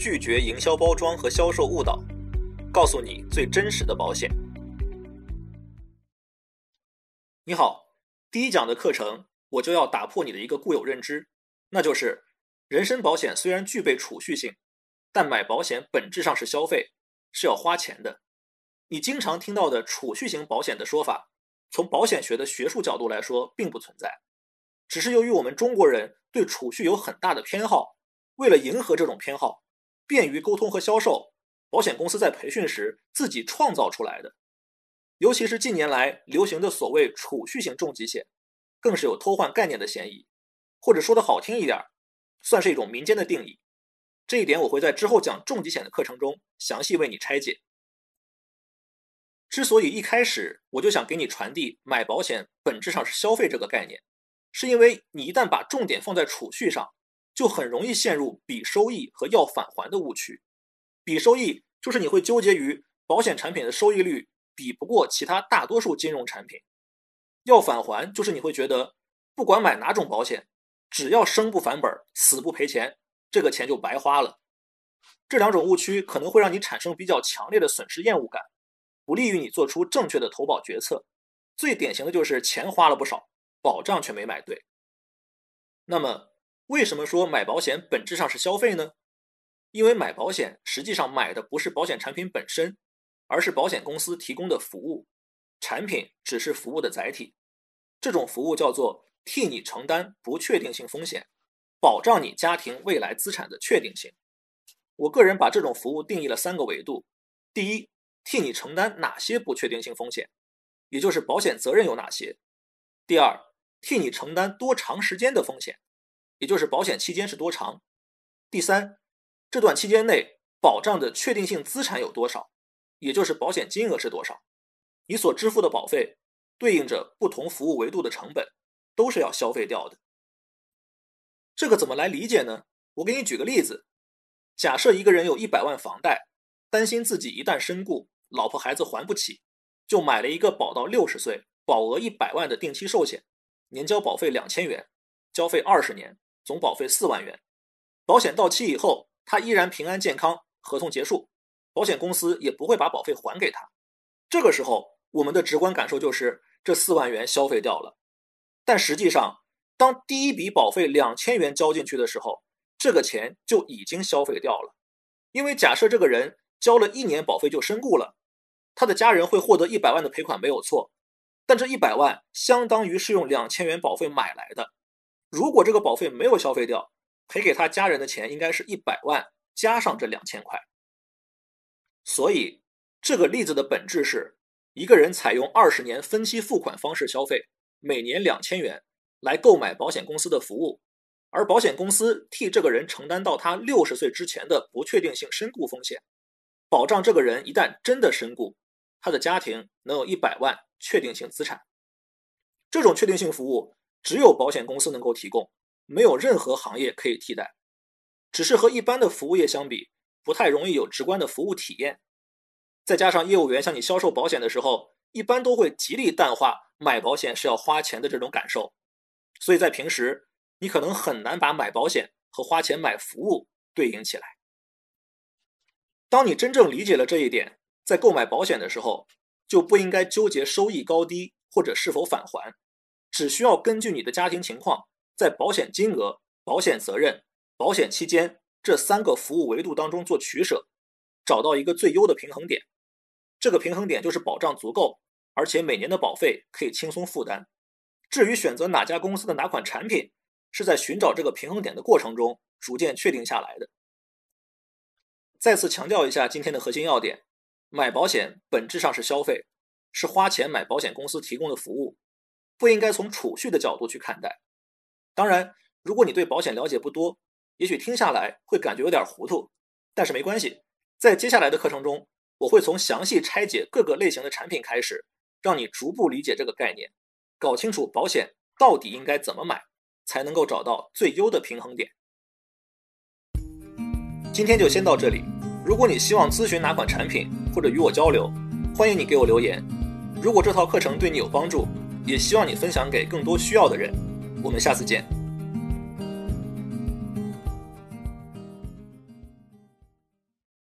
拒绝营销包装和销售误导，告诉你最真实的保险。你好，第一讲的课程我就要打破你的一个固有认知，那就是人身保险虽然具备储蓄性，但买保险本质上是消费，是要花钱的。你经常听到的储蓄型保险的说法，从保险学的学术角度来说并不存在，只是由于我们中国人对储蓄有很大的偏好，为了迎合这种偏好，便于沟通和销售，保险公司在培训时自己创造出来的。尤其是近年来流行的所谓储蓄型重疾险，更是有偷换概念的嫌疑，或者说的好听一点，算是一种民间的定义。这一点我会在之后讲重疾险的课程中详细为你拆解。之所以一开始我就想给你传递买保险本质上是消费这个概念，是因为你一旦把重点放在储蓄上，就很容易陷入比收益和要返还的误区。比收益就是你会纠结于保险产品的收益率比不过其他大多数金融产品，要返还就是你会觉得不管买哪种保险，只要生不返本，死不赔钱，这个钱就白花了。这两种误区可能会让你产生比较强烈的损失厌恶感，不利于你做出正确的投保决策。最典型的就是钱花了不少，保障却没买对。那么为什么说买保险本质上是消费呢？因为买保险实际上买的不是保险产品本身，而是保险公司提供的服务，产品只是服务的载体。这种服务叫做替你承担不确定性风险，保障你家庭未来资产的确定性。我个人把这种服务定义了3个维度。第一，替你承担哪些不确定性风险，也就是保险责任有哪些。第二，替你承担多长时间的风险，也就是保险期间是多长。第三，这段期间内保障的确定性资产有多少，也就是保险金额是多少。你所支付的保费对应着不同服务维度的成本，都是要消费掉的。这个怎么来理解呢？我给你举个例子。假设一个人有100万房贷，担心自己一旦身故，老婆孩子还不起，就买了一个保到60岁，保额100万的定期寿险，年交保费2000元，交费20年，总保费4万元。保险到期以后，他依然平安健康，合同结束，保险公司也不会把保费还给他。这个时候，我们的直观感受就是这4万元消费掉了。但实际上，当第一笔保费2000元交进去的时候，这个钱就已经消费掉了。因为假设这个人交了1年保费就身故了，他的家人会获得100万的赔款没有错，但这100万相当于是用2000元保费买来的。如果这个保费没有消费掉，赔给他家人的钱应该是100万加上这2000块。所以这个例子的本质是，一个人采用20年分期付款方式消费，每年2000元来购买保险公司的服务，而保险公司替这个人承担到他60岁之前的不确定性身故风险，保障这个人一旦真的身故，他的家庭能有100万确定性资产。这种确定性服务只有保险公司能够提供，没有任何行业可以替代。只是和一般的服务业相比，不太容易有直观的服务体验。再加上业务员向你销售保险的时候，一般都会极力淡化买保险是要花钱的这种感受。所以在平时，你可能很难把买保险和花钱买服务对应起来。当你真正理解了这一点，在购买保险的时候，就不应该纠结收益高低或者是否返还，只需要根据你的家庭情况，在保险金额、保险责任、保险期间这3个服务维度当中做取舍，找到一个最优的平衡点。这个平衡点就是保障足够，而且每年的保费可以轻松负担。至于选择哪家公司的哪款产品，是在寻找这个平衡点的过程中逐渐确定下来的。再次强调一下今天的核心要点，买保险本质上是消费，是花钱买保险公司提供的服务，不应该从储蓄的角度去看待。当然，如果你对保险了解不多，也许听下来会感觉有点糊涂，但是没关系，在接下来的课程中，我会从详细拆解各个类型的产品开始，让你逐步理解这个概念，搞清楚保险到底应该怎么买，才能够找到最优的平衡点。今天就先到这里，如果你希望咨询哪款产品或者与我交流，欢迎你给我留言。如果这套课程对你有帮助，也希望你分享给更多需要的人。我们下次见。